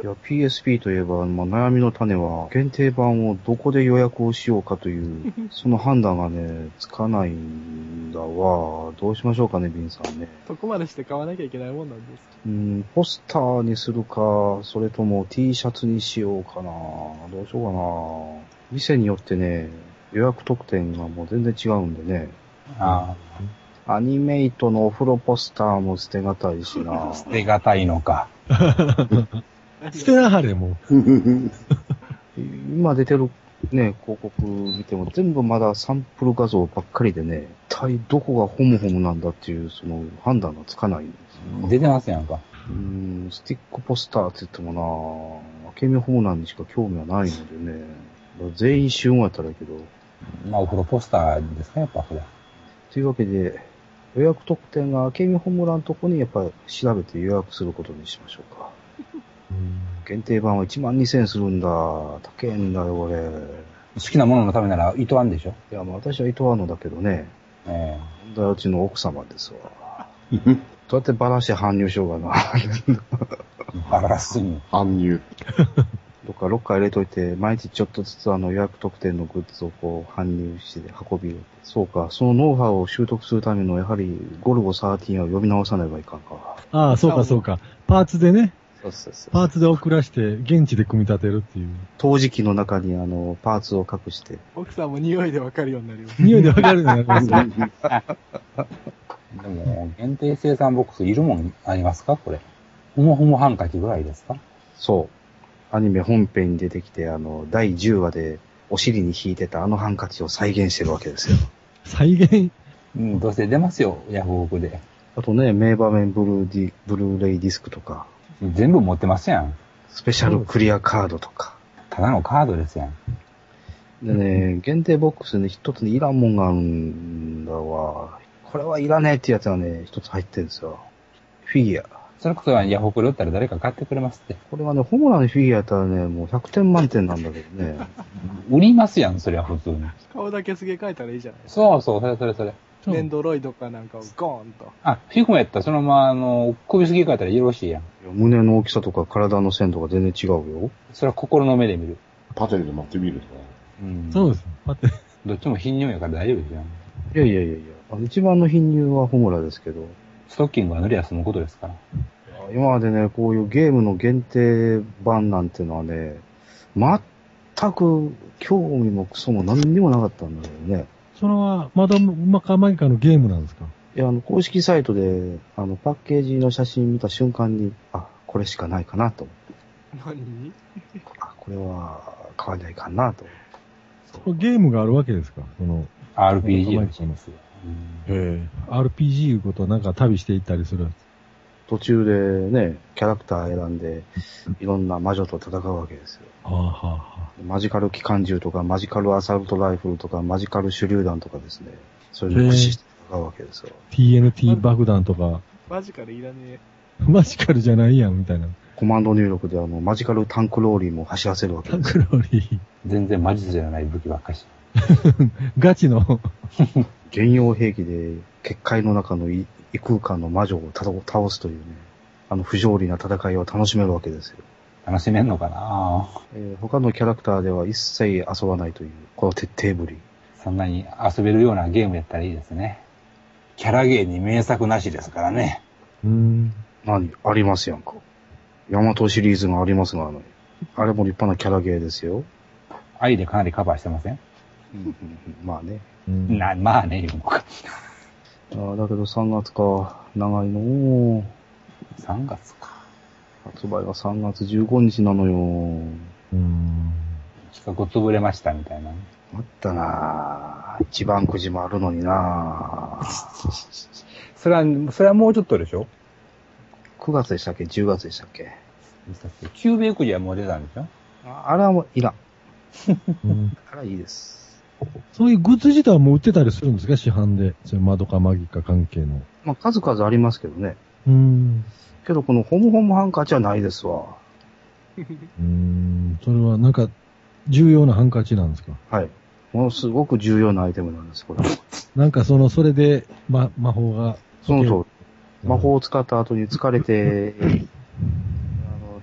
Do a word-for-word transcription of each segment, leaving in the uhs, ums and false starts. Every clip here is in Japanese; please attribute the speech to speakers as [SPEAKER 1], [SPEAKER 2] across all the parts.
[SPEAKER 1] いや、ピーエスピー といえば、まあ、悩みの種は、限定版をどこで予約をしようかという、その判断がね、つかないんだわ。どうしましょうかね、ビンさんね。
[SPEAKER 2] そこまでして買わなきゃいけないもんなんですか？
[SPEAKER 1] うん、ポスターにするか、それとも T シャツにしようかな。どうしようかな。店によってね、予約特典がもう全然違うんでね。
[SPEAKER 3] あ
[SPEAKER 1] アニメイトのお風呂ポスターも捨てがたいしな。
[SPEAKER 3] あ、捨てがたいのか。
[SPEAKER 4] 捨てなはれ、もう。
[SPEAKER 1] 今出てるね、広告見ても全部まだサンプル画像ばっかりでね、一体どこがホムホムなんだっていうその判断がつかないんですよ。
[SPEAKER 3] 出てますやんか。
[SPEAKER 1] うーん、スティックポスターって言ってもな、明美ホムランにしか興味はないのでね、全員集合やったらいいけど。
[SPEAKER 3] まあ、お風呂ポスターですか、やっぱ、これ。
[SPEAKER 1] というわけで、予約特典が明美ホムランのとこにやっぱり調べて予約することにしましょうか。限定版はいちまんにせんえんするんだ。高えんだよ、俺。
[SPEAKER 3] 好きなもののためなら、糸あんでしょ？
[SPEAKER 1] いや、まあ私は糸あんのだけどね。
[SPEAKER 3] え
[SPEAKER 1] 問題はうちの奥様ですわ。どうやってバラして搬入しようかな。
[SPEAKER 3] えバラすに。
[SPEAKER 5] 搬入。
[SPEAKER 1] どっかロッカー入れといて、毎日ちょっとずつあの予約特典のグッズをこう搬入して運びを。そうか、そのノウハウを習得するためのやはりゴルゴじゅうさんを読み直さねばいかんか。
[SPEAKER 4] ああ、そうかそうか。パーツでね。
[SPEAKER 1] そうそうそう。
[SPEAKER 4] パーツで送らして、現地で組み立てるっていう。
[SPEAKER 1] 陶磁器の中にあの、パーツを隠して。
[SPEAKER 2] 奥さんも匂いでわかるようになります。
[SPEAKER 4] 匂いでわかるようになりますね。
[SPEAKER 3] でも、限定生産ボックスいるもんありますかこれ。ほもほもハンカチぐらいですか？
[SPEAKER 1] そう。アニメ本編に出てきて、あの、だいじゅうわでお尻に引いてたあのハンカチを再現してるわけですよ。
[SPEAKER 4] 再現
[SPEAKER 3] うん、どうせ出ますよ、ヤフオクで。
[SPEAKER 1] あとね、名場面ブルーディ、ブルーレイディスクとか、
[SPEAKER 3] 全部持ってますやん。
[SPEAKER 1] スペシャルクリアカードとか。
[SPEAKER 3] ただのカードですやん。
[SPEAKER 1] でね、限定ボックスに一つにいらんもんがあるんだわ。これはいらねえってやつがね、一つ入ってるんですよ。フィギュア。
[SPEAKER 3] それこそヤフオクで売ったら誰か買ってくれますって。
[SPEAKER 1] これはね、ホムラのフィギュアやったらね、もうひゃくてん満点なんだけどね。
[SPEAKER 3] 売りますやん、そりゃ普通に。
[SPEAKER 2] 顔だけすげ替えたらいいじゃないですか。
[SPEAKER 3] そうそう、それそれそれ。
[SPEAKER 2] ネンドロイドかなんかをゴーンと。
[SPEAKER 3] あ、フィグマやったらそのまま、あの、首すぎ変えたらよろしいやん。
[SPEAKER 1] 胸の大きさとか体の線とか全然違うよ。
[SPEAKER 3] それは心の目で見る。
[SPEAKER 5] パテルで待ってみるとか。
[SPEAKER 3] うん。
[SPEAKER 4] そうです。待って。
[SPEAKER 3] どっちも貧乳やから大丈夫ですよ。
[SPEAKER 1] いやいやいやいや、あの一番の貧乳はホムラですけど。
[SPEAKER 3] ストッキングは塗りゃ済むことですから。
[SPEAKER 1] 今までね、こういうゲームの限定版なんてのはね、全く興味もクソも何にもなかったんだけどね。
[SPEAKER 4] それは、まだまかマギカのゲームなんですか？
[SPEAKER 1] いや、あの、公式サイトで、あの、パッケージの写真見た瞬間に、あ、これしかないかなと思って。
[SPEAKER 2] 何
[SPEAKER 1] あ、これは買わないかなと思って。
[SPEAKER 4] ゲームがあるわけですか？その、
[SPEAKER 3] アールピージー のしますよ。
[SPEAKER 4] へえ。アールピージー いうことはなんか旅していったりする。
[SPEAKER 1] 途中でね、キャラクター選んで、いろんな魔女と戦うわけですよ。
[SPEAKER 4] はあ、はあはあ、
[SPEAKER 1] マジカル機関銃とか、マジカルアサルトライフルとか、マジカル手榴弾とかですね。そういうのを駆使して戦うわけですよ。
[SPEAKER 4] ティーエヌティー 爆弾とか。
[SPEAKER 2] マジカルいらねえ。
[SPEAKER 4] マジカルじゃないやん、みたいな。
[SPEAKER 1] コマンド入力であの、マジカルタンクローリーも走らせるわけ
[SPEAKER 4] タン
[SPEAKER 1] ですよ。
[SPEAKER 4] クローリー。
[SPEAKER 3] 全然魔術じゃない武器ばっかし。
[SPEAKER 4] ガチの。
[SPEAKER 1] 現用兵器で、結界の中の異空間の魔女を倒すというね、あの不条理な戦いを楽しめるわけですよ。
[SPEAKER 3] 楽しめんのかな
[SPEAKER 1] えー、他のキャラクターでは一切遊ばないという、この徹底ぶり。
[SPEAKER 3] そんなに遊べるようなゲームやったらいいですね。キャラゲーに名作なしですからね。
[SPEAKER 4] うーん。
[SPEAKER 1] 何ありますやんか。ヤマトシリーズがありますが、あの、あれも立派なキャラゲーですよ。
[SPEAKER 3] 愛でかなりカバーしてません？
[SPEAKER 1] うんうんうん、まあね。
[SPEAKER 4] うん、
[SPEAKER 3] な、まあね、言うのか。
[SPEAKER 1] あだけどさんがつか、長いのー。
[SPEAKER 3] さんがつか。
[SPEAKER 1] 発売がさんがつじゅうごにちなのよ。
[SPEAKER 4] うーん。
[SPEAKER 3] 企画潰れましたみたいな。
[SPEAKER 1] あったなぁ。一番くじもあるのになぁ。
[SPEAKER 3] それは、それはもうちょっとでしょ？
[SPEAKER 1] くがつでしたっけ ?じゅうがつでしたっけ？
[SPEAKER 3] キューベイクジはもう出たんでしょ？
[SPEAKER 1] ああれはもういらん。
[SPEAKER 4] うん、
[SPEAKER 1] あれはいいです。
[SPEAKER 4] そういうグッズ自体はもう売ってたりするんですか？市販で。そういうマドカマギカ関係の。
[SPEAKER 1] まあ数々ありますけどね。
[SPEAKER 4] うーん。
[SPEAKER 1] けどこのホムホムハンカチはないですわ。
[SPEAKER 4] うーん。それはなんか、重要なハンカチなんですか？
[SPEAKER 1] はい。ものすごく重要なアイテムなんです、これ。
[SPEAKER 4] なんかその、それで、ま、魔法が。
[SPEAKER 1] そのと、魔法を使った後に疲れて、あの、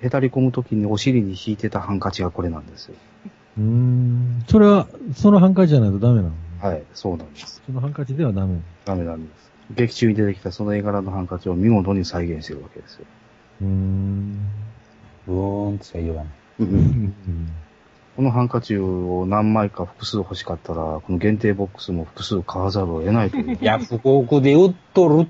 [SPEAKER 1] へたり込むときにお尻に引いてたハンカチがこれなんですよ。
[SPEAKER 4] うーん。それは、そのハンカチじゃないとダメなの？
[SPEAKER 1] はい、そうなんです。
[SPEAKER 4] そのハンカチではダメ。
[SPEAKER 1] ダメなんです。劇中に出てきたその絵柄のハンカチを見事に再現してるわけですよ。
[SPEAKER 4] うーん。
[SPEAKER 3] ブーンって言わない。
[SPEAKER 1] うん、このハンカチを何枚か複数欲しかったら、この限定ボックスも複数買わざるを得ないという。
[SPEAKER 3] ヤフオクで売っとるって。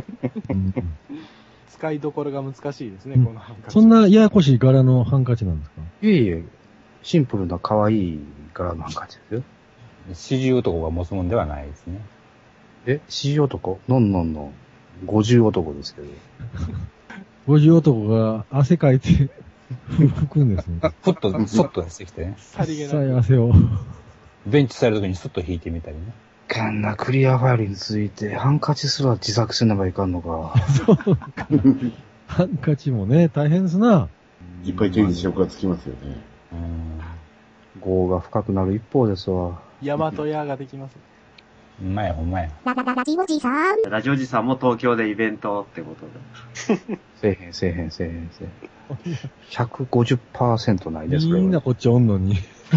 [SPEAKER 2] 使いどころが難しいですね、うん、このハンカチ。
[SPEAKER 4] そんなややこしい柄のハンカチなんですか？
[SPEAKER 1] いえいえ、シンプルな可愛い柄のハンカチですよ。
[SPEAKER 3] 四十男が持つもんではないですね。
[SPEAKER 1] え、四十男？のんのんの五十男ですけど。
[SPEAKER 4] 五十男が汗かいて拭くんですね。
[SPEAKER 3] ふっと、そっと出してきてね。
[SPEAKER 2] さりげ
[SPEAKER 4] ない。汗を。
[SPEAKER 3] ベンチされるときにスッと引いてみたりね。
[SPEAKER 1] こんなクリアファイルについて、ハンカチすら自作せねばいかんのか。
[SPEAKER 4] そうか。ハンカチもね、大変ですな。
[SPEAKER 5] いっぱい手に職がつきますよね。
[SPEAKER 3] うん。
[SPEAKER 1] 業が深くなる一方ですわ。
[SPEAKER 2] ヤマトヤができます。
[SPEAKER 3] ほんまや、ほんまや。
[SPEAKER 6] ラジオジさん。
[SPEAKER 7] ラジオジさんも東京でイベントってことで。
[SPEAKER 1] せえへん、せえへん、せえへん、せえへん。ひゃくごじゅっパーセント ないです、
[SPEAKER 4] みんなこっちおんのに。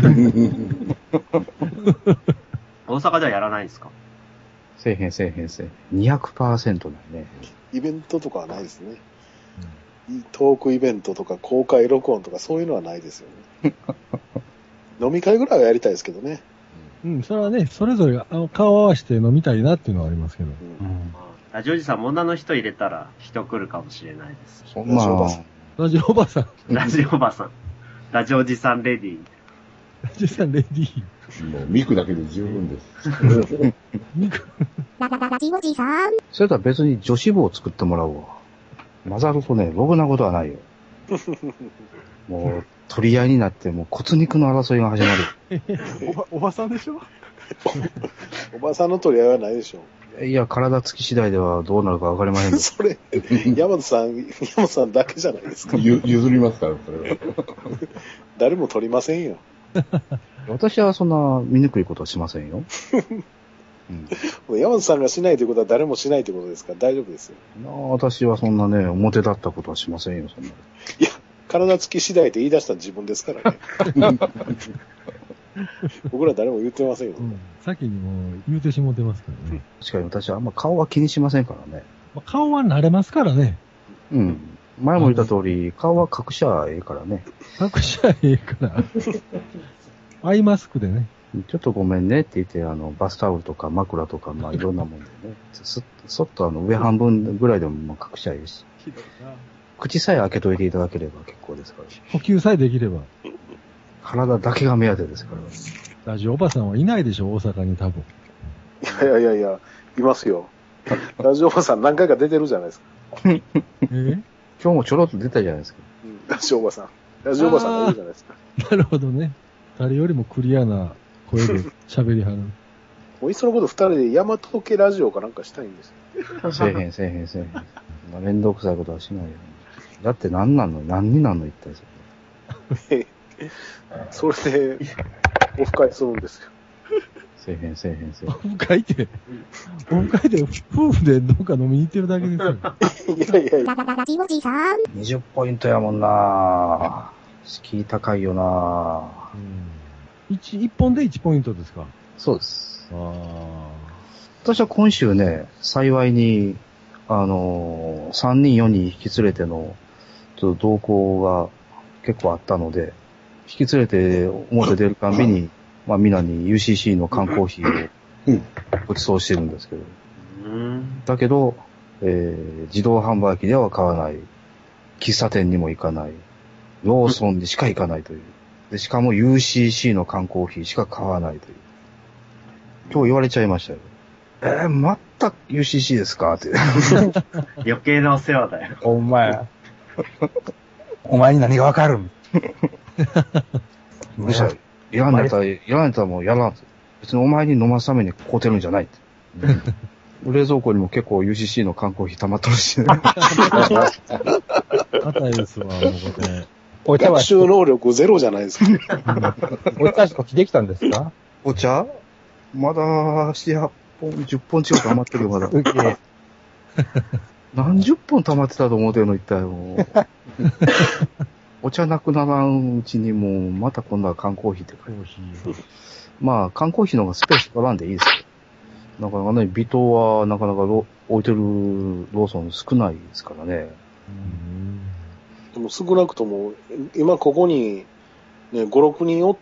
[SPEAKER 7] 大阪ではやらないんですか？
[SPEAKER 1] せえへん、せえへん、せえへん。にひゃくパーセント ないね。
[SPEAKER 8] イベントとかはないですね。うん、トークイベントとか公開録音とかそういうのはないですよね。飲み会ぐらいはやりたいですけどね。
[SPEAKER 4] うん、それはね、それぞれあの顔を合わせて飲みたいなっていうのはありますけど。うん、
[SPEAKER 7] ラジオジさんも女の人入れたら人来るかもしれないです。
[SPEAKER 1] そんな、
[SPEAKER 4] ラジオおばさん。
[SPEAKER 7] ラジオおばさん。ラジオジさんレディー。
[SPEAKER 4] ラジオさんレディー。
[SPEAKER 5] もうミクだけで十分です。
[SPEAKER 4] ミク。
[SPEAKER 6] ラジオジさん。
[SPEAKER 1] それとは別に女子部を作ってもらうわ。混ざるとね、ろくなことはないよ。もう、取り合いになって、もう骨肉の争いが始まる。
[SPEAKER 2] おば、おばさんでしょ？
[SPEAKER 8] おばさんの取り合いはないでしょ。
[SPEAKER 1] いや、体つき次第ではどうなるかわかりませんけど。
[SPEAKER 8] それ、山本さん、山本さんだけじゃないですか。
[SPEAKER 5] ゆ譲りますから、それは。
[SPEAKER 8] 誰も取りませんよ。
[SPEAKER 1] 私はそんな醜いことはしませんよ。
[SPEAKER 8] うん、山本さんがしないということは誰もしないということですから大丈夫ですよ。
[SPEAKER 1] 私はそんなね、表立ったことはしませんよ、そんな。
[SPEAKER 8] いや、体つき次第って言い出した自分ですからね。僕ら誰も言ってませんよ、うん。
[SPEAKER 4] 先にもう言うてしもてますからね。
[SPEAKER 1] 確かに私はあんま顔は気にしませんからね。
[SPEAKER 4] 顔は慣れますからね。
[SPEAKER 1] うん。前も言った通り、顔は隠しゃええからね。
[SPEAKER 4] 隠しゃええから。アイマスクでね。
[SPEAKER 1] ちょっとごめんねって言って、あの、バスタオルとか枕とか、まあいろんなもんでね。そ, そっとあの、上半分ぐらいでもまあ隠しゃええし。
[SPEAKER 2] ひどいな。
[SPEAKER 1] 口さえ開けといていただければ結構ですから。
[SPEAKER 4] 補給さえできれば。
[SPEAKER 1] 体だけが目当てですから。
[SPEAKER 4] ラジオおばさんはいないでしょ、大阪に多分。
[SPEAKER 8] いやいやいや、いますよ。ラジオおばさん何回か出てるじゃないですか。
[SPEAKER 4] え
[SPEAKER 1] 今日もちょろっと出たじゃないですか。
[SPEAKER 8] うん、ラジオおばさん。ラジオおばさんがいるじゃないですか。
[SPEAKER 4] なるほどね。誰よりもクリアな声で喋りはる。
[SPEAKER 8] もういっそのこと二人で大和系ラジオかなんかしたいんです
[SPEAKER 1] よ。せえへんせえへんせえへん。めんどくさいことはしないよ。だって何なんの何になんの一体
[SPEAKER 8] それ。それで、オフ会するんですよ。
[SPEAKER 1] せえへんせえへんせえへん。
[SPEAKER 4] オフ会で、オフ会で夫婦でどっか飲みに行ってるだけですよ。
[SPEAKER 8] いやいやいや。
[SPEAKER 6] ラジオジさん。
[SPEAKER 1] にじゅうポイントやもんな敷居高いよな
[SPEAKER 4] うん。一、一本でいちポイントですか？
[SPEAKER 1] そうです。
[SPEAKER 4] ああ。
[SPEAKER 1] 私は今週ね、幸いに、あのー、さんにんよにん引き連れての、ちょっと同行が結構あったので、引き連れて表出るたんびに、まあみんなに ユーシーシー の缶コーヒーをご馳走してるんですけど。だけど、えー、自動販売機では買わない。喫茶店にも行かない。ローソンにしか行かないという。で、しかも ユーシーシー の缶コーヒーしか買わないという。今日言われちゃいましたよ。えー、また ユーシーシー ですかって。
[SPEAKER 7] 余計なお世話だよ。
[SPEAKER 3] お前。お前に何がわかるん
[SPEAKER 1] うるさい。いらんやったら、いらんやったらもうやらん。別にお前に飲ますために買うてるんじゃないって。冷蔵庫にも結構 ユーシーシー の缶コーヒー溜まっとるしね。
[SPEAKER 4] 硬いですわ、もうこれ。
[SPEAKER 8] お茶は収納力ゼロじゃないですか。
[SPEAKER 3] お茶少しできたんですか？
[SPEAKER 1] お茶まだ、なな、はっぽん、じゅっぽん近く余ってるよ、まだ。 何十本溜まってたと思うてるの、一体もう。お茶なくならんうちにもう、また今度は缶コーヒーって書いてまあ、缶コーヒーの方がスペース取らんでいいですよ。なかなかね、微糖はなかなかロ置いてるローソン少ないですからね。
[SPEAKER 8] でも少なくとも、今ここに、ね、ご、ろくにんおって、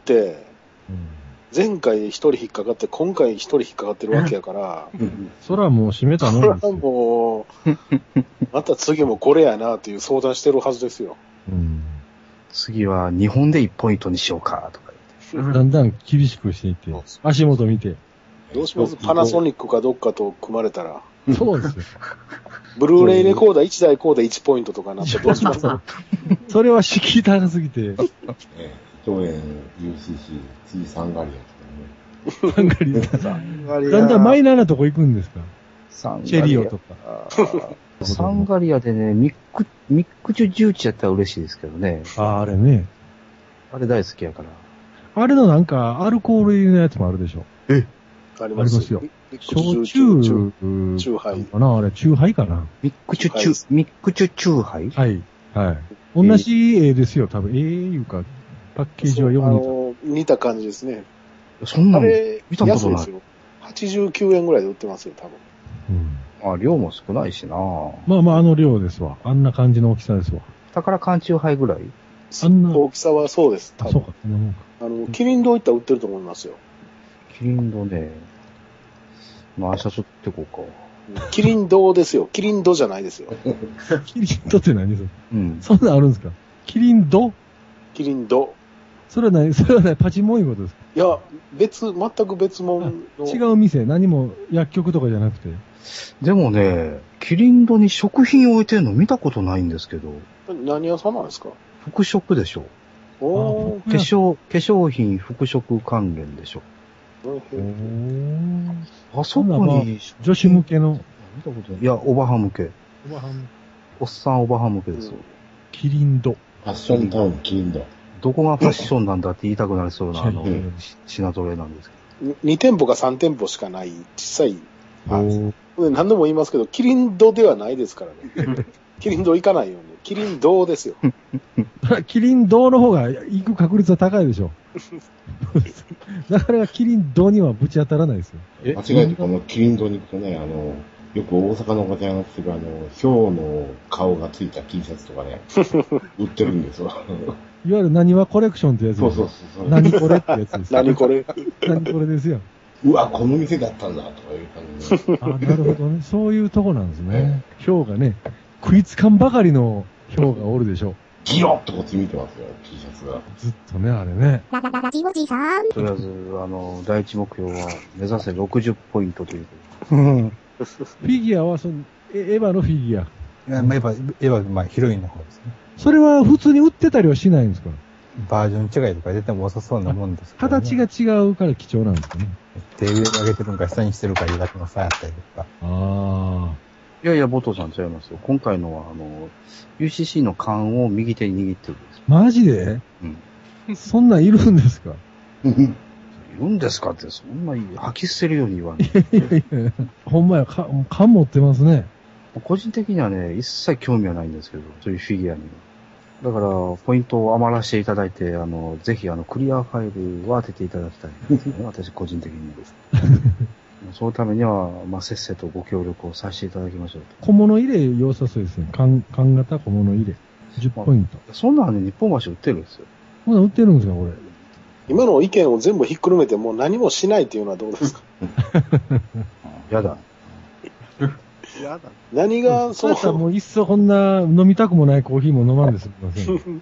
[SPEAKER 8] 前回一人引っかかって、今回一人引っかかってるわけやから、
[SPEAKER 4] そらもう閉めたもん
[SPEAKER 8] そ
[SPEAKER 4] ですよ。
[SPEAKER 8] らもう、また次もこれやなっていう相談してるはずですよ。
[SPEAKER 4] うん
[SPEAKER 1] 次は日本でいちポイントにしようか、とか言って。
[SPEAKER 4] だんだん厳しくしていって、足元見て。
[SPEAKER 8] どうします？パナソニックかどっかと組まれたら。
[SPEAKER 4] そうですよ。
[SPEAKER 8] ブルーレイレコーダーいちだいこうでいちポイントとかなってどうします？
[SPEAKER 4] それは敷居高すぎて。
[SPEAKER 5] ええ、去年 ユーシーシー、次サンガリアとかね。
[SPEAKER 4] ハンガリーだんだんマイナーなとこ行くんですか？
[SPEAKER 1] サンガリア
[SPEAKER 4] チェリオとか。
[SPEAKER 1] サンガリアでね、ミック、ミックチュジューチやったら嬉しいですけどね。
[SPEAKER 4] ああ、あれね。
[SPEAKER 1] あれ大好きやから。
[SPEAKER 4] あれのなんか、アルコール入りのやつもあるでしょ。
[SPEAKER 1] え
[SPEAKER 8] あります
[SPEAKER 4] ありますよ。
[SPEAKER 8] ミックス
[SPEAKER 4] 焼酎、
[SPEAKER 8] チューハイ
[SPEAKER 4] かなあれ、チューハイかな
[SPEAKER 1] ミックチュチュ、ミックチュチューハイ
[SPEAKER 4] はい。はい。同じ絵ですよ、多分。ええいうか、パッケージはよく
[SPEAKER 8] あ
[SPEAKER 4] 似た。
[SPEAKER 8] の、似た感じですね。
[SPEAKER 1] そんなん
[SPEAKER 8] あれ、
[SPEAKER 1] 見たことない
[SPEAKER 8] 安いですよ。はちじゅうきゅうえんぐらいで売ってますよ、多分。
[SPEAKER 4] うん
[SPEAKER 1] あ、量も少ないしな
[SPEAKER 4] まあまあ、あの量ですわ。あんな感じの大きさですわ。
[SPEAKER 1] 宝缶チューハイぐらい
[SPEAKER 4] あんな、
[SPEAKER 8] 大きさはそうです、多
[SPEAKER 4] あ、そう
[SPEAKER 8] 分。
[SPEAKER 4] か、そんなもんか。
[SPEAKER 8] あの、キリン堂行ったら売ってると思いますよ。
[SPEAKER 1] キリンドね。まあ明日ちょっと行こうか。
[SPEAKER 8] キリン堂ですよ。キリン堂じゃないですよ。
[SPEAKER 4] キリンドって何それ
[SPEAKER 1] うん。
[SPEAKER 4] そんなんあるんですか？キリンド
[SPEAKER 8] キリン堂。
[SPEAKER 4] それは何それは何パチモンいうことですか？
[SPEAKER 8] いや、別、全く別物の。
[SPEAKER 4] 違う店、何も薬局とかじゃなくて。
[SPEAKER 1] でもね、キリンドに食品置いてるの見たことないんですけど、
[SPEAKER 8] 何屋さんなんですか？
[SPEAKER 1] 服飾でしょ。
[SPEAKER 8] おー。
[SPEAKER 1] 化粧、化粧品、服飾関連でしょ。
[SPEAKER 4] おー
[SPEAKER 1] あそこ
[SPEAKER 4] まあ
[SPEAKER 1] に、
[SPEAKER 4] 女子向けの。
[SPEAKER 1] 見たことない。いや、おばは向け。おっさんおばは向けですよ。
[SPEAKER 4] キリンド。
[SPEAKER 5] ファッションタウンキリンド。
[SPEAKER 1] どこがファッションなんだって言いたくなりそうな、あの
[SPEAKER 4] うん、
[SPEAKER 1] し品揃えなんですけど。
[SPEAKER 8] に店舗かさん店舗しかない小さい。
[SPEAKER 4] おー
[SPEAKER 8] 何度も言いますけど、キリン堂ではないですからね。キリン堂行かないように。キリン堂ですよ。
[SPEAKER 4] キリン堂の方が行く確率は高いでしょ。なかなかキリン堂にはぶち当たらないですよ。
[SPEAKER 1] え
[SPEAKER 5] 間違えてこのキリンドに行くとね、あの、よく大阪のおばちゃんが着てるあの、ヒョウの顔がついた T シャツとかね、売ってるんですよ。
[SPEAKER 4] いわゆる何はコレクションってやつ
[SPEAKER 5] そう
[SPEAKER 4] ですよ
[SPEAKER 5] そうそうそう。
[SPEAKER 4] 何これってやつですよ。
[SPEAKER 8] 何これ。
[SPEAKER 4] 何これですよ。
[SPEAKER 5] うわ、この店だったんだ、とかいう感じで。
[SPEAKER 4] あ、なるほどね。そういうとこなんですね。ヒョウがね、食いつかんばかりのヒョウがおるでしょ。
[SPEAKER 5] ギロッとこっち見てますよ、T シャツが。
[SPEAKER 4] ずっとね、あれね。
[SPEAKER 6] ララララジオジさん。
[SPEAKER 1] とりあえず、あの、第一目標は、目指せろくじゅうポイントというこ
[SPEAKER 4] フィギュアはその、エエヴァのフィギュア。
[SPEAKER 3] いやまあエヴァ、エヴァ、まあ、ヒロインの方ですね。
[SPEAKER 4] それは普通に売ってたりはしないんですか？
[SPEAKER 3] バージョン違いとか出ても遅そうなもんですけど、ね。
[SPEAKER 4] 形が違うから貴重なんですかね。
[SPEAKER 3] 手上に上げてるのか下にしてるかいうだけの差やったりとか。
[SPEAKER 4] あ
[SPEAKER 1] と。いやいや、ボトさん違いますよ。今回のは、あの、ユーシーシー の缶を右手に握ってるんです。
[SPEAKER 4] あ。マジで
[SPEAKER 1] うん。
[SPEAKER 4] そんなんいるんですか？
[SPEAKER 1] いるんですかって、そんな吐き捨てるように言わない。
[SPEAKER 4] いやいやほんまや、か缶持ってますね。
[SPEAKER 1] 個人的にはね、一切興味はないんですけど、そういうフィギュアには。だから、ポイントを余らせていただいて、あの、ぜひ、あの、クリアファイルを当てていただきたいんですよね、私個人的に。そのためには、まあ、せっせとご協力をさせていただきましょうと。
[SPEAKER 4] 小物入れ良さそうですね。缶、缶型小物入れ。じゅっポイント。
[SPEAKER 1] そんなのね、日本橋売ってるんですよ。
[SPEAKER 4] こんなん売ってるんですか、これ。
[SPEAKER 8] 今の意見を全部ひっくるめてもう何もしないっていうのはどうですか？
[SPEAKER 1] やだ。
[SPEAKER 2] やだ。
[SPEAKER 8] 何がそ
[SPEAKER 4] そうやったらも
[SPEAKER 8] の、
[SPEAKER 4] ういっそこんな飲みたくもないコーヒーも飲まんですみません。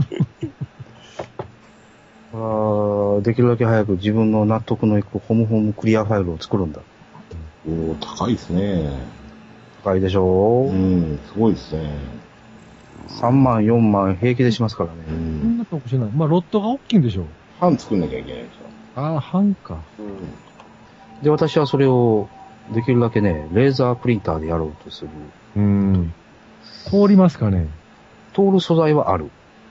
[SPEAKER 1] あーできるだけ早く自分の納得のいくホムホムクリアファイルを作るんだ。
[SPEAKER 5] おー、高いですね。
[SPEAKER 1] 高いでしょ
[SPEAKER 5] う
[SPEAKER 1] う、
[SPEAKER 5] ん、すごいですね。
[SPEAKER 1] さんまん、よんまん平気でしますから
[SPEAKER 5] う
[SPEAKER 1] ね。
[SPEAKER 4] そん
[SPEAKER 5] ん。
[SPEAKER 4] な得しない。まあ、ロットが大きいんでしょう。
[SPEAKER 5] 版作んなきゃいけないでしょ。
[SPEAKER 4] ああ、半か。
[SPEAKER 8] うん
[SPEAKER 1] で、私はそれを、できるだけね、レーザープリンターでやろうとする。
[SPEAKER 4] うん。通りますかね。
[SPEAKER 1] 通る素材はある。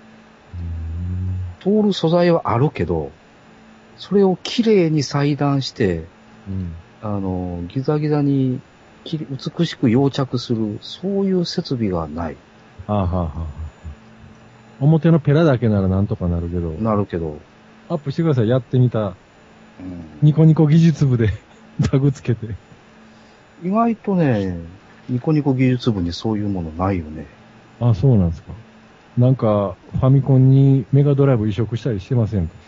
[SPEAKER 1] 通る素材はあるけど、それをきれいに裁断して、
[SPEAKER 4] うん。
[SPEAKER 1] あの、ギザギザにきり美しく溶着する、そういう設備がない。
[SPEAKER 4] ああはあはあ。表のペラだけならなんとかなるけど。
[SPEAKER 1] なるけど。
[SPEAKER 4] アップしてください。やってみた。
[SPEAKER 1] うん、
[SPEAKER 4] ニコニコ技術部でタグつけて。
[SPEAKER 1] 意外とね、ニコニコ技術部にそういうものないよね。
[SPEAKER 4] あ、そうなんですか。なんか、ファミコンにメガドライブ移植したりしてませんか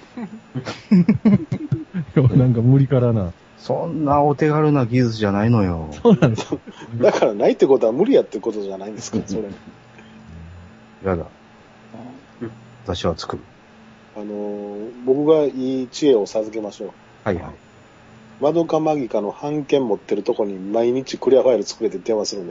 [SPEAKER 4] なんか無理からな。
[SPEAKER 1] そんなお手軽な技術じゃないのよ。
[SPEAKER 4] そうなんですか。
[SPEAKER 8] だからないってことは無理やってことじゃないんですか、それ。
[SPEAKER 1] やだ。私は作る。
[SPEAKER 8] あのー、僕がいい知恵を授けましょう。
[SPEAKER 1] はいはい。
[SPEAKER 8] マドカマギカの版権持ってるとこに毎日クリアファイル作れて電話するんです。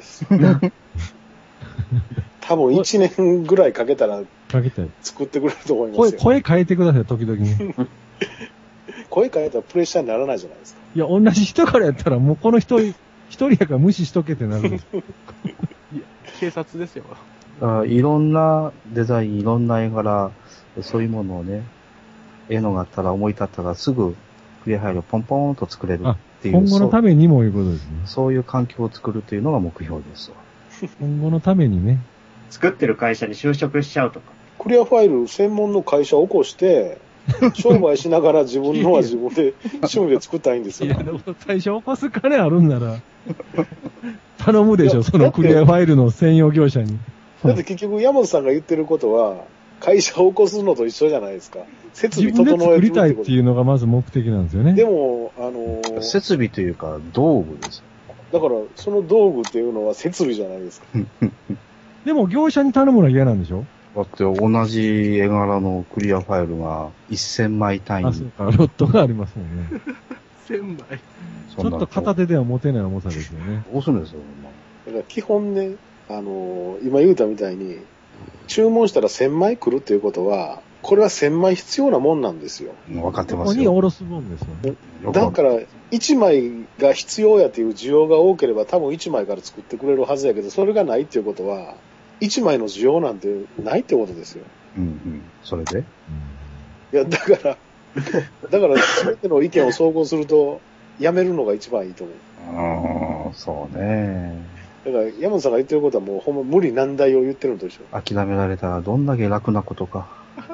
[SPEAKER 8] 多分いちねんぐらいかけたら
[SPEAKER 4] かけたい。
[SPEAKER 8] 作ってくれると思いますよ。
[SPEAKER 4] 声、声変えてください、時々に。
[SPEAKER 8] 声変えたらプレッシャーにならないじゃないですか。
[SPEAKER 4] いや、同じ人からやったらもうこの一人、一人やから無視しとけってなるんです。いや、
[SPEAKER 2] 警察ですよ。
[SPEAKER 1] あいろんなデザイン、いろんな絵柄、そういうものをね、絵のがあったら思い立ったらすぐクリアファイルをポンポンと作れるっていう。
[SPEAKER 4] 今後のためにもいうことですね。
[SPEAKER 1] そういう環境を作るというのが目標ですわ。
[SPEAKER 4] 今後のためにね。
[SPEAKER 7] 作ってる会社に就職しちゃうとか。
[SPEAKER 8] クリアファイル専門の会社を起こして、商売しながら自分のは自分で趣味で作ったらいいんですよ。
[SPEAKER 4] いや、でも最初起こす金あるんなら、頼むでしょ、そのクリアファイルの専用業者に。
[SPEAKER 8] だって結局山本さんが言ってることは、会社を起こすのと一緒じゃないですか。設備整えるってこと。
[SPEAKER 4] 自分で作りたいっていうのがまず目的なんですよね。
[SPEAKER 8] でも、あのー、
[SPEAKER 1] 設備というか道具です。
[SPEAKER 8] だから、その道具っていうのは設備じゃないですか。
[SPEAKER 4] でも業者に頼むのは嫌なんでしょ？
[SPEAKER 1] だって同じ絵柄のクリアファイルがせんまい単位。
[SPEAKER 4] あ、そうか、ロットがありますもんね。
[SPEAKER 2] せんまい。
[SPEAKER 4] ちょっと片手では持てない重さですよね。
[SPEAKER 1] どうするんですよ、
[SPEAKER 8] だから基本ね、あのー、今言うたみたいに、注文したらせんまい来るっていうことは、これはせんまい必要なもんなんですよ。
[SPEAKER 1] 分かってますよ。
[SPEAKER 4] ここにおろすもんですよね。
[SPEAKER 8] だから、いちまいが必要やという需要が多ければ多分いちまいから作ってくれるはずやけど、それがないっていうことは、いちまいの需要なんてないってことですよ。
[SPEAKER 1] うんうん。それで、
[SPEAKER 8] いや、だから、だから、すべての意見を総合すると、やめるのが一番いいと思う。
[SPEAKER 1] ああ、そうね。
[SPEAKER 8] だから、山本さんが言ってることはもうほんま無理難題を言ってるんでしょ。
[SPEAKER 1] 諦められたらどんだけ楽なことか。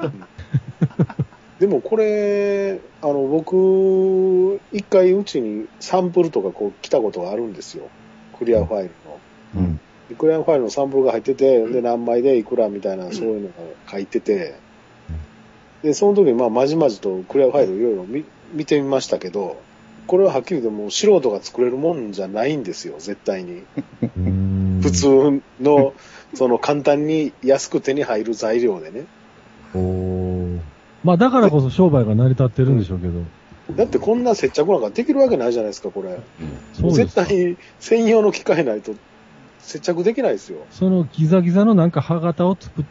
[SPEAKER 8] でもこれ、あの、僕、一回うちにサンプルとかこう来たことがあるんですよ。クリアファイルの。
[SPEAKER 1] うん。
[SPEAKER 8] クリアファイルのサンプルが入ってて、で、何枚でいくらみたいな、そういうのが書いてて、で、その時にまあ、まじまじとクリアファイルいろいろ見、見てみましたけど、これははっきり言ってもう素人が作れるもんじゃないんですよ、絶対に。普通の、その簡単に安く手に入る材料でね。
[SPEAKER 4] おー。まあだからこそ商売が成り立ってるんでしょうけど。
[SPEAKER 8] だってこんな接着なんかできるわけないじゃないですか、これ。
[SPEAKER 4] そうですか。
[SPEAKER 8] 絶対専用の機械ないと接着できないですよ。
[SPEAKER 4] そのギザギザのなんか歯型を作って、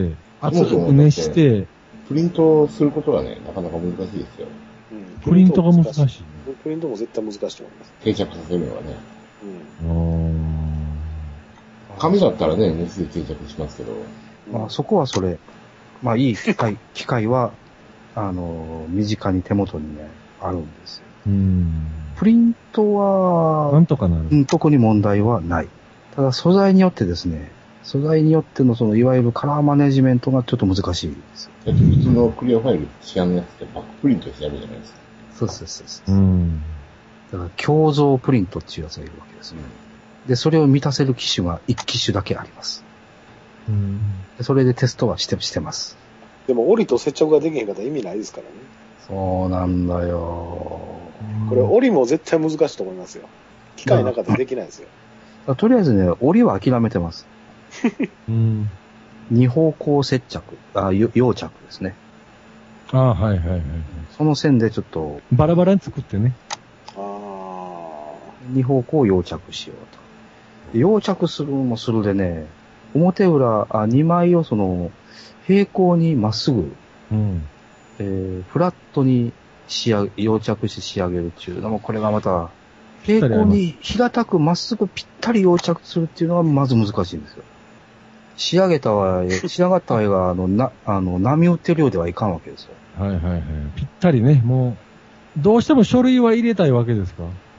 [SPEAKER 4] 厚く熱して、
[SPEAKER 5] プリントすることはね、なかなか難しいですよ。
[SPEAKER 8] うん、
[SPEAKER 4] プリントが難しい。
[SPEAKER 8] プリントも絶対難しいと思います。
[SPEAKER 5] 定着させるのはね。
[SPEAKER 8] うん。
[SPEAKER 5] 紙だったらね、熱で定着しますけど。
[SPEAKER 1] まあそこはそれ。まあいい機械、機械は、あの、身近に手元にね、あるんですよ。
[SPEAKER 4] うん。
[SPEAKER 1] プリントは、
[SPEAKER 4] なんとかなる。
[SPEAKER 1] うん、特に問題はない。ただ素材によってですね、素材によってのそのいわゆるカラーマネジメントがちょっと難しいです。
[SPEAKER 5] だって普通のクリアファイル市販のやつってバックプリントしてやるじゃないですか。
[SPEAKER 1] そうそうそうそう。
[SPEAKER 4] うん。
[SPEAKER 1] だから胸像プリントっていうやつがいるわけですね。で、それを満たせる機種が一機種だけあります。
[SPEAKER 4] うん。
[SPEAKER 1] でそれでテストはしてしてます。
[SPEAKER 8] でも、折りと接着ができへんかったら意味ないですからね。
[SPEAKER 1] そうなんだよ。
[SPEAKER 8] これ、折りも絶対難しいと思いますよ。機械なかったらできないですよ。
[SPEAKER 1] とりあえずね、折りは諦めてます。
[SPEAKER 4] うん。
[SPEAKER 1] 二方向接着、あ、溶着ですね。
[SPEAKER 4] ああ、はいはいはい。
[SPEAKER 1] その線でちょっと。
[SPEAKER 4] バラバラに作ってね。
[SPEAKER 8] ああ。
[SPEAKER 1] 二方向溶着しようと。溶着するもするでね、表裏、あ、二枚をその、平行にまっすぐ、
[SPEAKER 4] うん。
[SPEAKER 1] えー、フラットに仕上げ、溶着して仕上げるっていうのも、これがまた、平行に平たくまっすぐぴったり溶着するっていうのがまず難しいんですよ。仕上げたは、仕上がった絵が、あの、な、あの、波打ってるようではいかんわけですよ。
[SPEAKER 4] はいはいはい。ぴったりね、もう、どうしても書類は入れたいわけですか？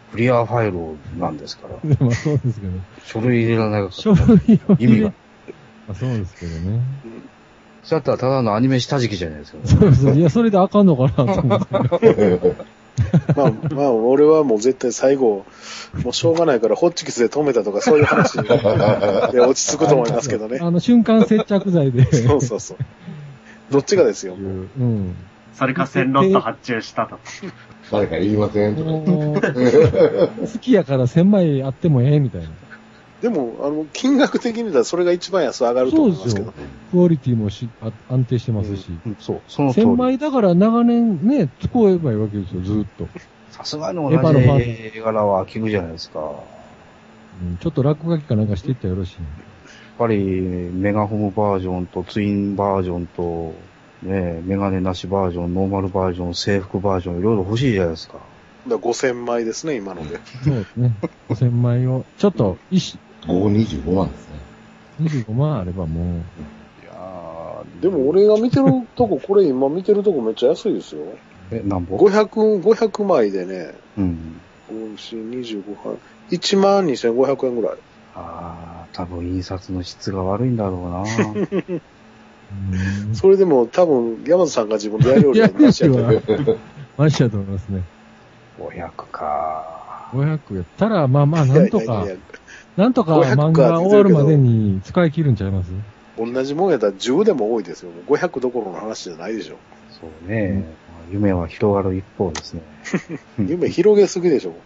[SPEAKER 1] クリアファイルなんですから。
[SPEAKER 4] まあそうですけど。
[SPEAKER 1] 書類入れられないから。
[SPEAKER 4] 書類を
[SPEAKER 1] 意味が。
[SPEAKER 4] まあそうですけどね。
[SPEAKER 1] そうやったらただのアニメ下敷きじゃないですか、ね。
[SPEAKER 4] そうそう。いや、それであかんのかなと思って。
[SPEAKER 8] まあ、まあ、俺はもう絶対最後、もうしょうがないからホッチキスで止めたとかそういう話で落ち着くと思いますけどね。
[SPEAKER 4] あの、瞬間接着剤で。
[SPEAKER 8] そうそうそう。どっちがですよ、もう。
[SPEAKER 4] うん。
[SPEAKER 7] それか線ロット発注したと。
[SPEAKER 5] 誰か言いませんとか。
[SPEAKER 4] もう好きやからせんまいあってもええみたいな。
[SPEAKER 8] でも、あの、金額的に言ったらそれが一番安上がると思いますけどね。
[SPEAKER 4] クオリティもしあ安定してますし。
[SPEAKER 1] うん、そう、その通り。
[SPEAKER 4] せんまいだから長年ね、使えばいいわけですよ、ずーっと。
[SPEAKER 1] さすがの同じ絵柄は飽きるじゃないですか。
[SPEAKER 4] うん、ちょっと落書きかなんかしていったらよろしい。
[SPEAKER 1] やっぱり、メガホムバージョンとツインバージョンと、ね、メガネなしバージョン、ノーマルバージョン、制服バージョン、いろいろ欲しいじゃないですか。
[SPEAKER 8] だからごせんまいですね、今ので。
[SPEAKER 4] そうですね。ごせんまいを、ちょっと、一
[SPEAKER 5] ごひゃくにじゅうごまんですね。
[SPEAKER 4] にじゅうごまんあればもう。
[SPEAKER 1] いやー
[SPEAKER 8] でも俺が見てるとこ、これ今見てるとこめっちゃ安いですよ。
[SPEAKER 1] え、なんぼ
[SPEAKER 8] ごひゃく、ごひゃくまいでね、
[SPEAKER 1] うん。
[SPEAKER 8] ご、よん、にじゅうごはい。いちまんにせんごひゃくえんぐらい。
[SPEAKER 1] あー、多分印刷の質が悪いんだろうな
[SPEAKER 4] うん
[SPEAKER 8] それでも多分、山田さんが自分でやるよりはマシやと思う。
[SPEAKER 4] マシやと思いますね。
[SPEAKER 1] ごひゃくか
[SPEAKER 4] ごひゃくやったら、まあまあ、なんとか
[SPEAKER 8] いやいやいや、
[SPEAKER 4] なんとか
[SPEAKER 8] ごひゃくか
[SPEAKER 4] 漫画終わるまでに使い切るんちゃいます
[SPEAKER 8] 同じもんやったらじゅうでも多いですよ。ごひゃくどころの話じゃないでしょ。
[SPEAKER 1] そうね、うん、夢は広がる一方ですね。
[SPEAKER 8] 夢広げすぎでしょ。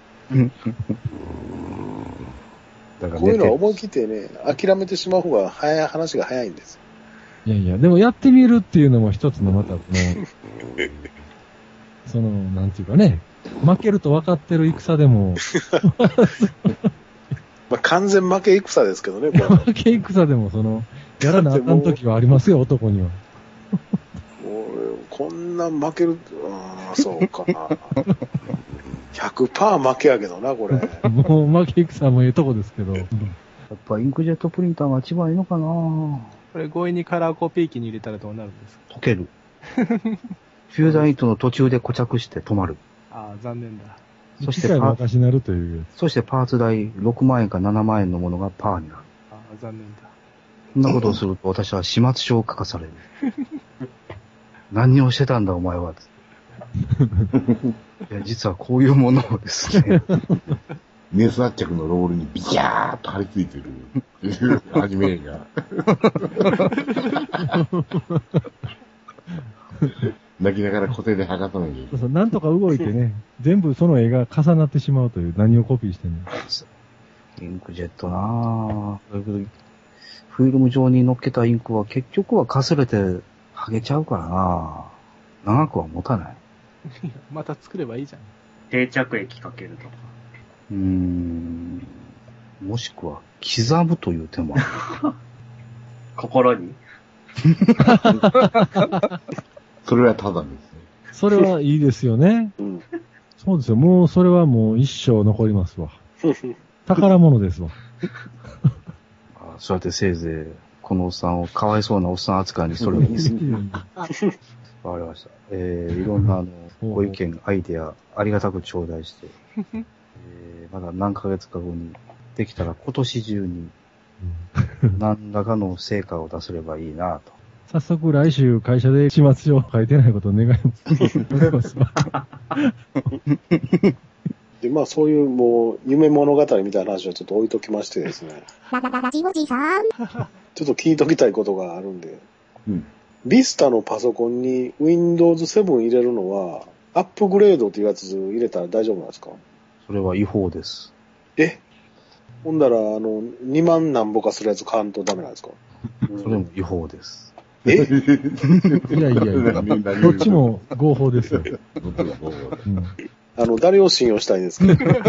[SPEAKER 1] だから
[SPEAKER 8] こういうのは思い切ってね、諦めてしまう方が早い話が早いんです。
[SPEAKER 4] いやいや、でもやってみるっていうのも一つのまた、ね、その、なんていうかね、負けると分かってる戦でも、
[SPEAKER 8] まあ、完全負け戦ですけどね、これ。
[SPEAKER 4] 負け戦でも、その、やらなあかん時はありますよ、男には。
[SPEAKER 8] もうこんな負ける、ああ、そうかな。ひゃくパーセント負けやけどな、これ。
[SPEAKER 4] もう負け戦もええとこですけど。
[SPEAKER 1] やっぱインクジェットプリンターが一番いいのかな
[SPEAKER 2] これ強引にカラーコピー機に入れたらどうなるんですか？
[SPEAKER 1] 溶ける。フューザーイントの途中で固着して止まる。
[SPEAKER 2] ああ、残念だ。
[SPEAKER 1] そして
[SPEAKER 4] 機械
[SPEAKER 1] パー
[SPEAKER 4] が昔になるというや
[SPEAKER 1] そしてパーツ代ろくまんえんかななまんえんのものがパーになる。
[SPEAKER 2] ああ、残念だ。
[SPEAKER 1] そんなことをすると私は始末書を書かされる。何をしてたんだお前は。いや、実はこういうものをですね。
[SPEAKER 5] メス圧着のロールにビキャーっと張り付いてるっていうアニメ映画。泣きながら固定で剥がさないで
[SPEAKER 4] つ。そうそう、なんとか動いてね、全部その絵が重なってしまうという、何をコピーしてんの。
[SPEAKER 1] インクジェットなぁ。だけどフィルム上に乗っけたインクは結局はかすれて剥げちゃうからなぁ。長くは持たない。
[SPEAKER 2] また作ればいいじゃん。
[SPEAKER 7] 定着液かけるとか。
[SPEAKER 1] うーん。もしくは刻むという手もある。
[SPEAKER 7] 心に
[SPEAKER 5] それはただですね。
[SPEAKER 4] それはいいですよね。
[SPEAKER 8] うん。
[SPEAKER 4] そうですよ。もう、それはもう一生残りますわ。宝物ですわ。
[SPEAKER 1] あそうやってせいぜい、このおっさんをかわいそうなおっさん扱いにそれを見せて。わかりました。えー、いろんなあの、ご意見、アイデア、ありがたく頂戴して、えー、まだ何ヶ月か後に、できたら今年中に、何らかの成果を出せればいいなと。
[SPEAKER 4] 早速来週会社で始末書を書いてないことを願いますわ。
[SPEAKER 8] で、まあそういうもう、夢物語みたいな話はちょっと置いときましてですね。
[SPEAKER 6] ララララジオジさん。
[SPEAKER 8] ちょっと聞いときたいことがあるんで。
[SPEAKER 5] うん。
[SPEAKER 8] ビスタのパソコンに ウィンドウズセブン 入れるのは、アップグレードっていうやつ入れたら大丈夫なんですか？
[SPEAKER 1] それは違法です。
[SPEAKER 8] えほんだら、あの、にまん何ぼかするやつ買わんとダメなんですか？
[SPEAKER 1] それも違法です。
[SPEAKER 8] え
[SPEAKER 4] いやいやいや、どっちも合法ですよ。うん、
[SPEAKER 8] あの、誰を信用したいですか？
[SPEAKER 5] い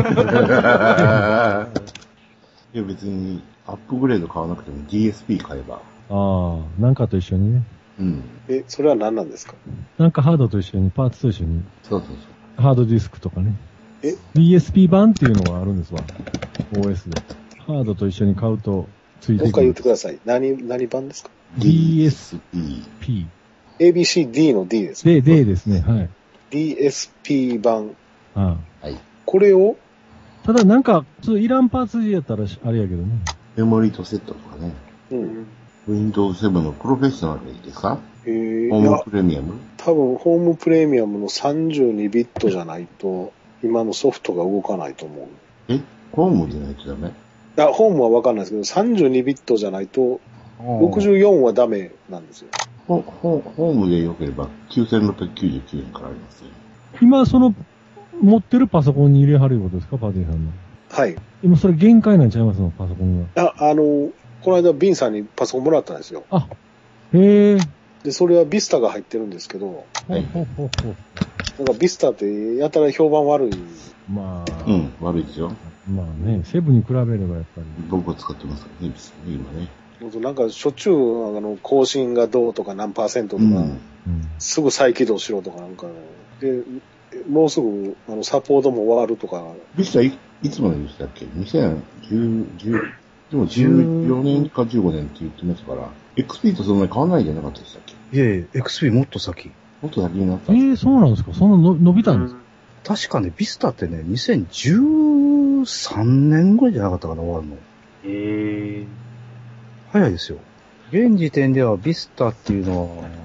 [SPEAKER 5] や別に、アップグレード買わなくても ディーエスピー 買えば。
[SPEAKER 4] ああ、なんかと一緒にね。
[SPEAKER 5] うん。
[SPEAKER 8] え、それは何なんですか？
[SPEAKER 4] なんかハードと一緒に、パーツと一緒に、
[SPEAKER 5] そうそうそう。
[SPEAKER 4] ハードディスクとかね。
[SPEAKER 8] え
[SPEAKER 4] ディーエスピー 版っていうのがあるんですわ。オーエス で。ハードと一緒に買うと、ついてくる。
[SPEAKER 8] もう一回言ってください。何、何版ですか？
[SPEAKER 4] ディーエス
[SPEAKER 5] ディーエスピー。
[SPEAKER 4] ピー。
[SPEAKER 8] エービーシーディー の D ですか？
[SPEAKER 4] で、でですね、はい。
[SPEAKER 8] ディーエスピー 版。
[SPEAKER 4] あ
[SPEAKER 5] はい。
[SPEAKER 8] これを
[SPEAKER 4] ただなんか、普通いらんパーツやったらあれやけどね。
[SPEAKER 5] メモリーとセットとかね。
[SPEAKER 8] うん。
[SPEAKER 5] Windows セブンのプロフェッショナルですか？
[SPEAKER 8] えー、
[SPEAKER 5] ホームプレミアム？
[SPEAKER 8] 多分、ホームプレミアムのさんじゅうにビットじゃないと、今のソフトが動かないと思う。
[SPEAKER 5] えホームでないとダメ？
[SPEAKER 8] いや、ホームはわかんないですけど、さんじゅうにビットじゃないと、ろくじゅうよんはダメなんですよ。
[SPEAKER 5] ホホホームで良ければきゅうせんろっぴゃくきゅうじゅうきゅうえんからありますよ。
[SPEAKER 4] 今、その、持ってるパソコンに入れはることですか、パディさんの。
[SPEAKER 8] はい。
[SPEAKER 4] 今、それ限界なんちゃいますの、パソコンが。
[SPEAKER 8] あ、あの、この間、ビンさんにパソコンもらったんですよ。
[SPEAKER 4] あ、へえ。
[SPEAKER 8] で、それはビスタが入ってるんですけど、
[SPEAKER 4] ほうほうほうほう。
[SPEAKER 8] なんかビスタってやたら評判悪い。
[SPEAKER 4] まあ、
[SPEAKER 5] うん、悪いですよ。
[SPEAKER 4] まあね、セブンに比べればやっぱり。
[SPEAKER 5] 僕は使ってますからね、今ね。
[SPEAKER 8] なんかしょっちゅう、あの、更新がどうとか何パーセントとか、うん、すぐ再起動しろとかなんか、で、もうすぐ、あの、サポートも終わるとか。
[SPEAKER 5] ビスタい、いつまででしたっけ？ にせんじゅう、じゅう、でもじゅうよねんかじゅうごねんって言ってますから、エックスピー とそんなに変わんないじゃなかったでしたっけ？
[SPEAKER 1] いえいえ、エックスピー もっと先。
[SPEAKER 5] もっと先になった。
[SPEAKER 4] ええー、そうなんですか？そんなの伸びたんですか？
[SPEAKER 1] 確かね、ビスタってね、にせんじゅうさんねんぐらいじゃなかったかな、終わるの。
[SPEAKER 7] えー。
[SPEAKER 1] 早いですよ。現時点ではビスタっていうのは、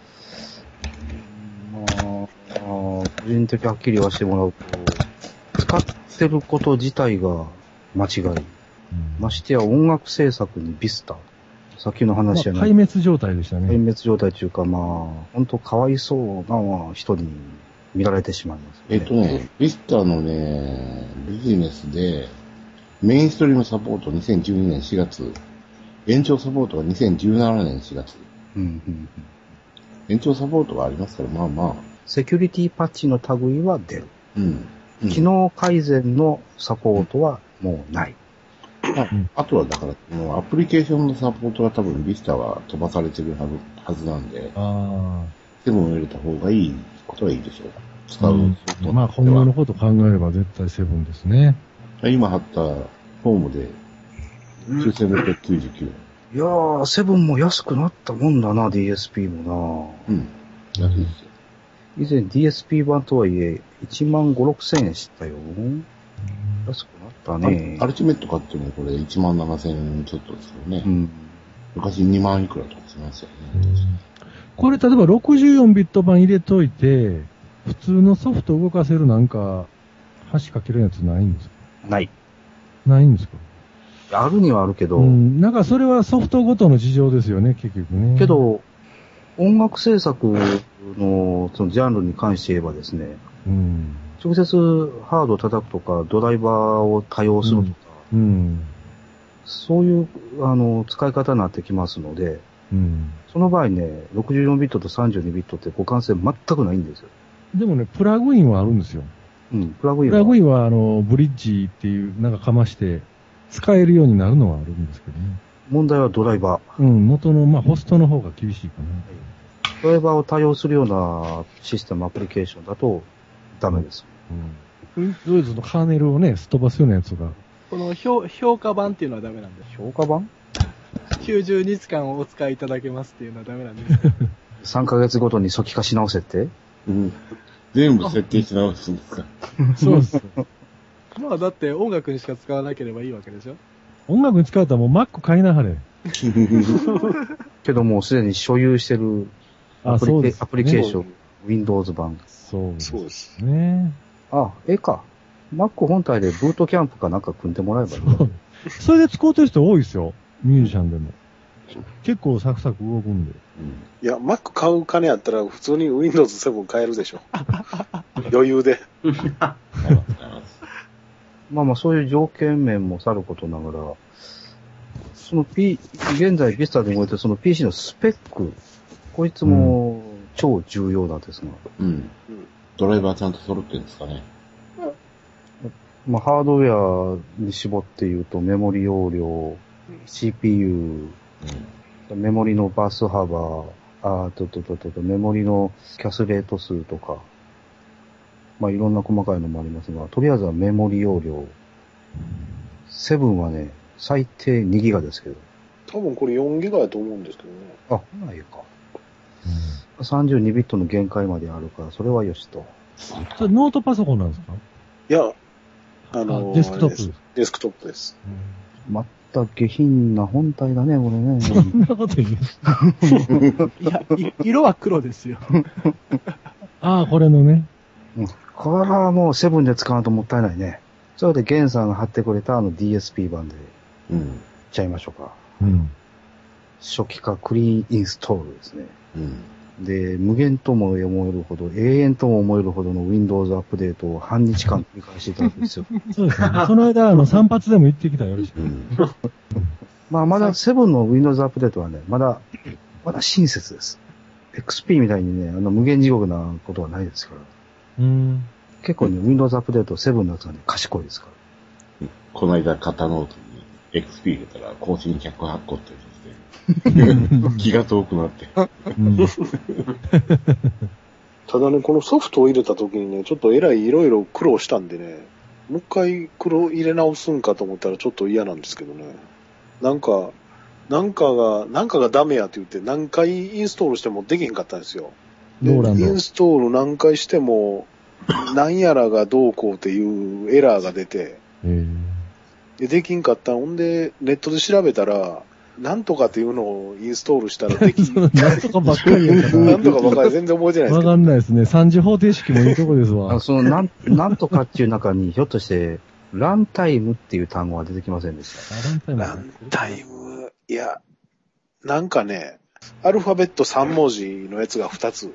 [SPEAKER 1] まあ、個人的にはっきり言わせてもらうと、使ってること自体が間違い。うん、ましてや音楽制作にビスタ。さっきの話じゃない。
[SPEAKER 4] まあ、壊滅状態でしたね。
[SPEAKER 1] 壊滅状態というか、まあ、本当かわいそうな人に見られてしまいます、ね。
[SPEAKER 5] えっとね、ビスタのね、ビジネスで、メインストリームサポートにせんじゅうにねんしがつ、延長サポートがにせんじゅうななねんしがつ。うんうんうん、延長サポートがありますから、まあまあ。
[SPEAKER 1] セキュリティパッチの類は出る。うんうん、機能改善のサポートはもうない。
[SPEAKER 5] あ, あとはだから、アプリケーションのサポートは多分ビスタは飛ばされてるはずはずなんで、あセブンを入れた方がいいことはいいでしょう。使う、
[SPEAKER 4] うん。まあ今後のこと考えれば絶対セブンですね。
[SPEAKER 5] 今貼ったフォームできゅうせんろっぴゃくきゅうじゅうきゅうえん。
[SPEAKER 1] いやー、セブンも安くなったもんだな、ディーエスピー もな。うん。
[SPEAKER 5] 安いですよ。
[SPEAKER 1] 以前 ディーエスピー 版とはいえ、いちまんご、ろくせんえんしたよ。安くなったね。
[SPEAKER 5] アルティメット買ってもこれいちまんななせんえんちょっとですよね。うん。昔にまんいくらとかしますよね。
[SPEAKER 4] これ例えばろくじゅうよんビット版入れといて、普通のソフト動かせるなんか、箸かけるやつないんですか？
[SPEAKER 1] ない。
[SPEAKER 4] ないんですか？
[SPEAKER 1] あるにはあるけど。
[SPEAKER 4] うん。なんかそれはソフトごとの事情ですよね、結局ね。
[SPEAKER 1] けど、音楽制作のそのジャンルに関して言えばですね、うん、直接ハードを叩くとか、ドライバーを多用するとか、うんうん、そういうあの使い方になってきますので、うん、その場合ね、ろくじゅうよんビットとさんじゅうにビットって互換性全くないんですよ。
[SPEAKER 4] でもね、プラグインはあるんですよ。
[SPEAKER 1] うん、プラグインは。
[SPEAKER 4] プラグインはあの、ブリッジっていう、なんかかまして、使えるようになるのはあるんですけどね。
[SPEAKER 1] 問題はドライバ
[SPEAKER 4] ー。うん、元の、まあ、ホストの方が厳しいかな。
[SPEAKER 1] ドライバーを対応するようなシステム、アプリケーションだとダメです。
[SPEAKER 4] うん。Windows のカーネルをね、すっ飛ばすようなやつが。
[SPEAKER 2] この評評価版っていうのはダメなんです。
[SPEAKER 1] 評価版 ?
[SPEAKER 2] きゅうじゅうにちかんお使いいただけますっていうのはダメなんです。
[SPEAKER 1] さんかげつごとに初期化し直せって、
[SPEAKER 5] うん、全部設定し直すんですか？
[SPEAKER 2] そうです。まあだって音楽にしか使わなければいいわけでしょ？
[SPEAKER 4] 音楽に使うともう Mac 買いなはれ。
[SPEAKER 1] けどもうすでに所有してるアプリ、ね、アプリケーション、Windows 版。
[SPEAKER 4] そうですね。
[SPEAKER 1] あ、ええか。Mac 本体でブートキャンプかなんか組んでもらえばいい、ね。
[SPEAKER 4] それで使うてる人多いですよ。ミュージシャンでも。結構サクサク動くんで。
[SPEAKER 8] いや、Mac 買う金やったら普通に Windows セブン買えるでしょ。余裕で。
[SPEAKER 1] まあまあそういう条件面もさることながら、その P、現在 Vista で動いてるその ピーシー のスペック、こいつも超重要なんですが。うん。うん、
[SPEAKER 5] ドライバーちゃんと揃ってるんですかね。
[SPEAKER 1] まあハードウェアに絞って言うとメモリ容量、シーピーユー、うん、メモリのバス幅、あととととと、メモリのキャスレート数とか、まあいろんな細かいのもありますが、とりあえずはメモリ容量。セブンはね、最低にギガですけど。
[SPEAKER 8] 多分これよんギガやと思うんですけどね。
[SPEAKER 1] あ、ほないか。うん、さんじゅうにビットの限界まであるから、それはよしと。
[SPEAKER 4] それノートパソコンなんですか？
[SPEAKER 8] いや、 あのー、
[SPEAKER 4] デスクトップ。
[SPEAKER 8] デスクトップです。
[SPEAKER 1] また下品な本体だね、これね。
[SPEAKER 4] そんなこと言う。
[SPEAKER 2] いや、い色は黒ですよ。
[SPEAKER 4] ああ、これのね。
[SPEAKER 1] うん。これはもうセブンで使うともったいないね。それでゲンさんが貼ってくれたあの ディーエスピー 版で、うん。いっちゃいましょうか。
[SPEAKER 4] うん。
[SPEAKER 1] 初期化クリーンインストールですね。
[SPEAKER 5] うん。
[SPEAKER 1] で、無限とも思えるほど、永遠とも思えるほどの Windows アップデートを半日間繰り返していただくんですよ。
[SPEAKER 4] そうですね。その間、あの、散髪でも行ってきたらよろしい。うん、
[SPEAKER 1] まあ、まだセブンの Windows アップデートはね、まだ、まだ親切です。エックスピー みたいにね、あの、無限地獄なことはないですから。うん。結構ね、Windows アップデートセブンのやつはね、賢いですから。
[SPEAKER 5] この間、型ノートに エックスピー 入れたら、更新ひゃくはち個って言って気が遠くなって。
[SPEAKER 8] ただね、このソフトを入れた時にね、ちょっとえらいいろいろ苦労したんでね、もう一回黒入れ直すんかと思ったらちょっと嫌なんですけどね。なんか、なんかが、なんかがダメやって言って何回インストールしてもできへんかったんですよ。で、インストール何回しても、何やらがどうこうっていうエラーが出て、で、できんかったんで、ネットで調べたら、なんとかっていうのをインストールしたらでき
[SPEAKER 4] なんとかばっかりやから。
[SPEAKER 8] なんとかばっかり全然覚えてないですけど。
[SPEAKER 4] わかんないですね。三次方程式もいいとこですわ。
[SPEAKER 1] あその、なん、なんとかっていう中に、ひょっとして、ランタイムっていう単語は出てきませんでした。
[SPEAKER 4] ランタイム。
[SPEAKER 8] ランタイム、いや、なんかね、アルファベットさん文字のやつがふたつ。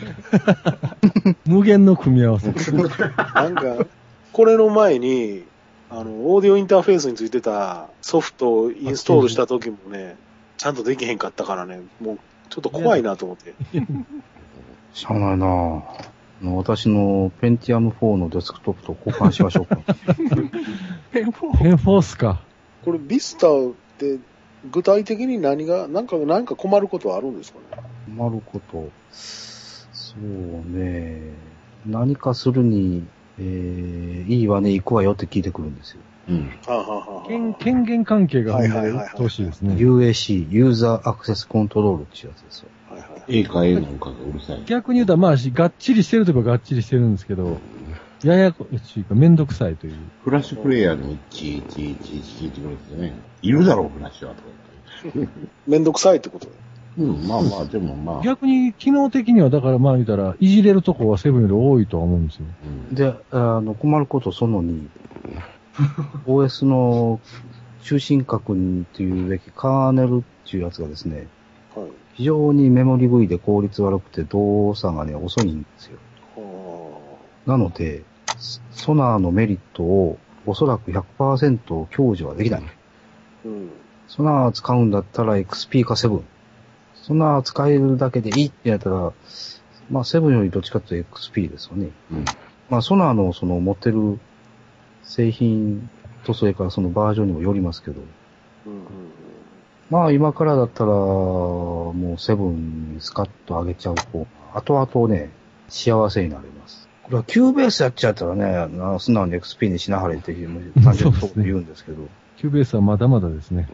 [SPEAKER 4] 無限の組み合わせ。
[SPEAKER 8] なんか、これの前に、あの、オーディオインターフェースについてたソフトをインストールした時もね、ちゃんとできへんかったからね、もうちょっと怖いなと思って。
[SPEAKER 1] しゃあないなぁ。私のペンティアムフォーのデスクトップと交換しましょうか。
[SPEAKER 2] ペンフォー
[SPEAKER 4] ペンフォースか。
[SPEAKER 8] これビスタって具体的に何が、なんか、なんか困ることはあるんですかね？
[SPEAKER 1] 困ること。そうね。何かするに、えー、いいわね、行くわよって聞いてくるんですよ。うん。
[SPEAKER 8] はあはあはあ、
[SPEAKER 4] 権権限関係がほしいですね。
[SPEAKER 1] ユーエーシー、ユーザーアクセスコントロールっていうやつですよ。
[SPEAKER 5] はいはい。A か A なんかがうるさい。
[SPEAKER 4] 逆に言うと、まあ、がっちりしてるとかがっちりしてるんですけど、ややこしいか、めんどくさいという。
[SPEAKER 5] フラッシュプレイヤーにいちいちいちいち聞いてくるんですよね。いるだろう、フラッシュはとか
[SPEAKER 8] 言って。めんどくさいってこと
[SPEAKER 5] うん、まあまあ、でもまあ。
[SPEAKER 4] 逆に、機能的には、だからまあ言ったら、いじれるとこはセブンより多いとは思うんですよ。
[SPEAKER 1] うん、で、あの、困ることそのに、オーエス の中心核というべきカーネルっていうやつがですね、はい、非常にメモリ食いで効率悪くて動作がね、遅いんですよ。なので、ソナーのメリットをおそらく ひゃくパーセント 享受はできない。うん、ソナー使うんだったら エックスピー かセブン。ソナー使えるだけでいいってやったら、まあセブンよりどっちかというと エックスピー ですよね。うん、まあソナーのその持ってる製品とそれからそのバージョンにもよりますけど。うんうんうん、まあ今からだったらもうセブンにスカッと上げちゃうと、後々ね、幸せになれます。これはキューベースやっちゃったらね、素直に エックスピー にしなはれって単純なこと言うんですけど。
[SPEAKER 4] キューベースはまだまだですね。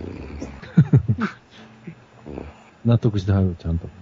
[SPEAKER 4] 納得してはる、ちゃんと。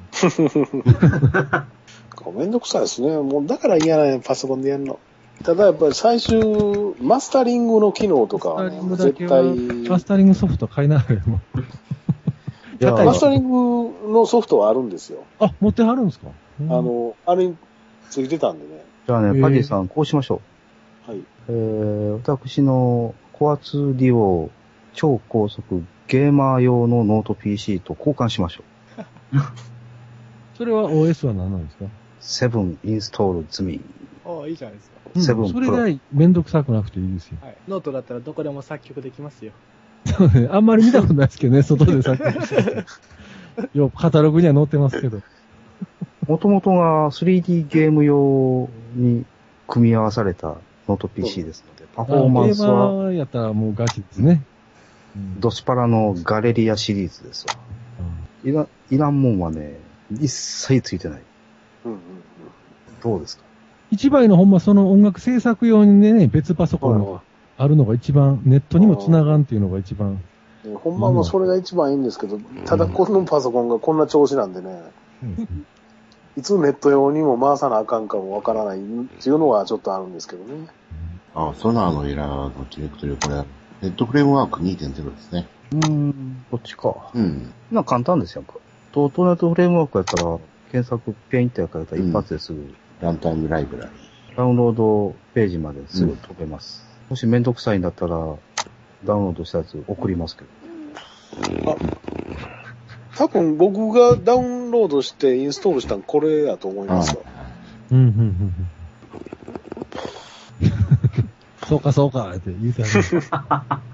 [SPEAKER 8] めんどくさいですね。もうだから嫌なね、パソコンでやるの。ただやっぱり最終、マスタリングの機能とかは、ね、絶対。
[SPEAKER 4] マスタリングソフト買いながらも。
[SPEAKER 8] いや、マスタリングのソフトはあるんですよ。
[SPEAKER 4] あ、持ってはるんですか？
[SPEAKER 8] あの、あれについてたんでね。
[SPEAKER 1] じゃあね、パディさん、こうしましょう。はい。えー、私のコアツーディオ超高速ゲーマー用のノート ピーシー と交換しましょう。
[SPEAKER 4] それは オーエス は何なんですか？
[SPEAKER 1] セブンインストール済み。
[SPEAKER 2] ああ、いいじゃないですか。
[SPEAKER 1] セブン、うん、
[SPEAKER 4] それがめんどくさくなくていいですよ。
[SPEAKER 2] はい。ノートだったらどこでも作曲できますよ。
[SPEAKER 4] そうね。あんまり見たことないですけどね、外で作曲して。よ、カタログには載ってますけど。
[SPEAKER 1] もともとが スリーディー ゲーム用に組み合わされたノート ピーシー ですので、パフォーマンスは。
[SPEAKER 4] ゲーマーやったらもうガチですね。
[SPEAKER 1] ドスパラのガレリアシリーズですわ。うん、いら、いらんもんはね、一切ついてない。うんうんうん、どうですか？
[SPEAKER 4] 一倍のほんまその音楽制作用にね、別パソコンがあるのが一番、ネットにも繋がんっていうのが一番。
[SPEAKER 8] ほんまもそれが一番いいんですけど、ただこのパソコンがこんな調子なんでね、うん、いつネット用にも回さなあかんかもわからないっていうのはちょっとあるんですけどね。
[SPEAKER 5] ああ、ソナーのエラーのディレクトリ、これ、ネットフレームワーク にてんゼロ ですね。
[SPEAKER 1] うーん、こっちか。
[SPEAKER 5] うん。
[SPEAKER 1] まあ簡単ですよ。トートネットフレームワークやったら、検索ペインって書いたら一発ですぐ、うん、
[SPEAKER 5] ランタイムライブラリ
[SPEAKER 1] ー。ダウンロードページまですぐ飛べます。うん、もしめんどくさいんだったら、ダウンロードしたやつ送りますけど。
[SPEAKER 8] あ、多分僕がダウンロードしてインストールしたのこれやと思いますよ。
[SPEAKER 4] うん、うん、うん。そうか、そうか、って言うてある。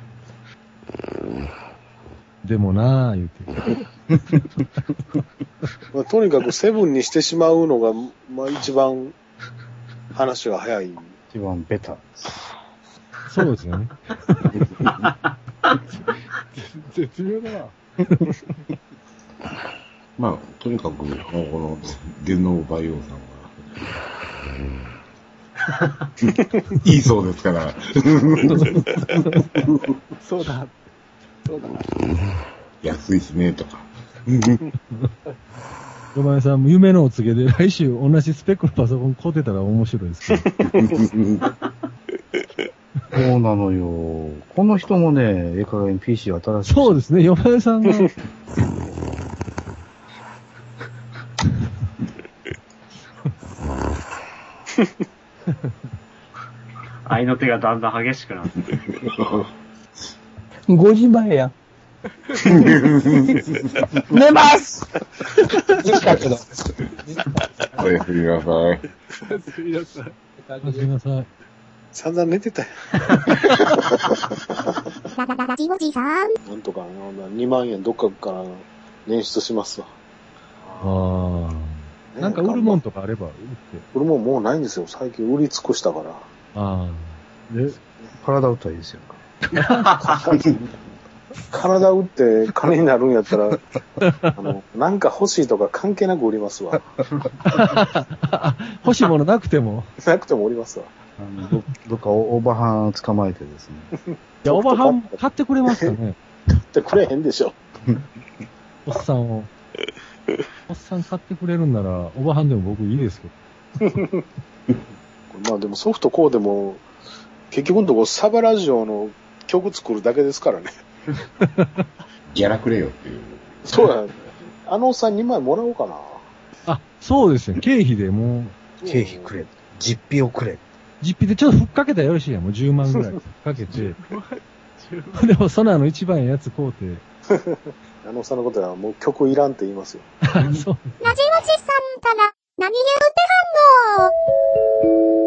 [SPEAKER 4] でもなぁ、言うて。
[SPEAKER 8] まあ、とにかくセブンにしてしまうのが、まあ一番話が早い。
[SPEAKER 1] 一番ベタです。
[SPEAKER 4] そうですよね。絶妙だな。
[SPEAKER 5] まあ、とにかく、この、電脳バイオさんは、いいそうですから。
[SPEAKER 2] そうだ。そうだ。
[SPEAKER 5] 安いしね、とか。
[SPEAKER 4] ロマネさん、夢のお告げで来週同じスペックのパソコン買うてたら面白いですけど。
[SPEAKER 1] そうなのよ。この人もね、ええ加減 ピーシー 新しい。
[SPEAKER 4] そうですね、ロマネさんが。
[SPEAKER 7] 愛の手がだんだん激しくなってる。
[SPEAKER 3] ごじまえやん。寝ますだけど。
[SPEAKER 5] おやすみなさい。
[SPEAKER 2] おやすみなさい。
[SPEAKER 4] おやすみなさい。
[SPEAKER 8] 散々寝てたよ。
[SPEAKER 6] ララララジオジさん。
[SPEAKER 8] なんとかにまんえんどっかから捻出しますわ。
[SPEAKER 4] ああ。なんか売るもんとかあれば売って。
[SPEAKER 8] 売るもんもうないんですよ。最近売り尽くしたから。
[SPEAKER 1] ああ。で、体打ったらいいですよ。
[SPEAKER 8] 体打って金になるんやったら、あの、なんか欲しいとか関係なく売りますわ。
[SPEAKER 4] 欲しいものなくても。
[SPEAKER 8] なくても売りますわ。
[SPEAKER 1] あの ど, どっかオーバーハン捕まえてですね。
[SPEAKER 4] いや、オーバーハン買ってくれますかね。
[SPEAKER 8] 買ってくれへんでしょ。
[SPEAKER 4] おっさんを。おっさん買ってくれるんなら、オーバーハンでも僕いいですけど。
[SPEAKER 8] まあでもソフトこうでも、結局のところサバラジオの曲作るだけですからね。
[SPEAKER 5] ギャラくれよっていう。
[SPEAKER 8] そうや、ね。あのおっさんにまいもらおうかな。
[SPEAKER 4] あ、そうですよ。経費でも
[SPEAKER 1] う。経費くれ。実費をくれ。
[SPEAKER 4] 実費でちょっとふっかけたらよろしいやん。もうじゅうまんぐらいふっかけて。でもそのあの一番ええやつ買うて。
[SPEAKER 8] あのおっさんのことはもう曲いらんって言いますよ。
[SPEAKER 6] ラジオジさんたら何言うてはんの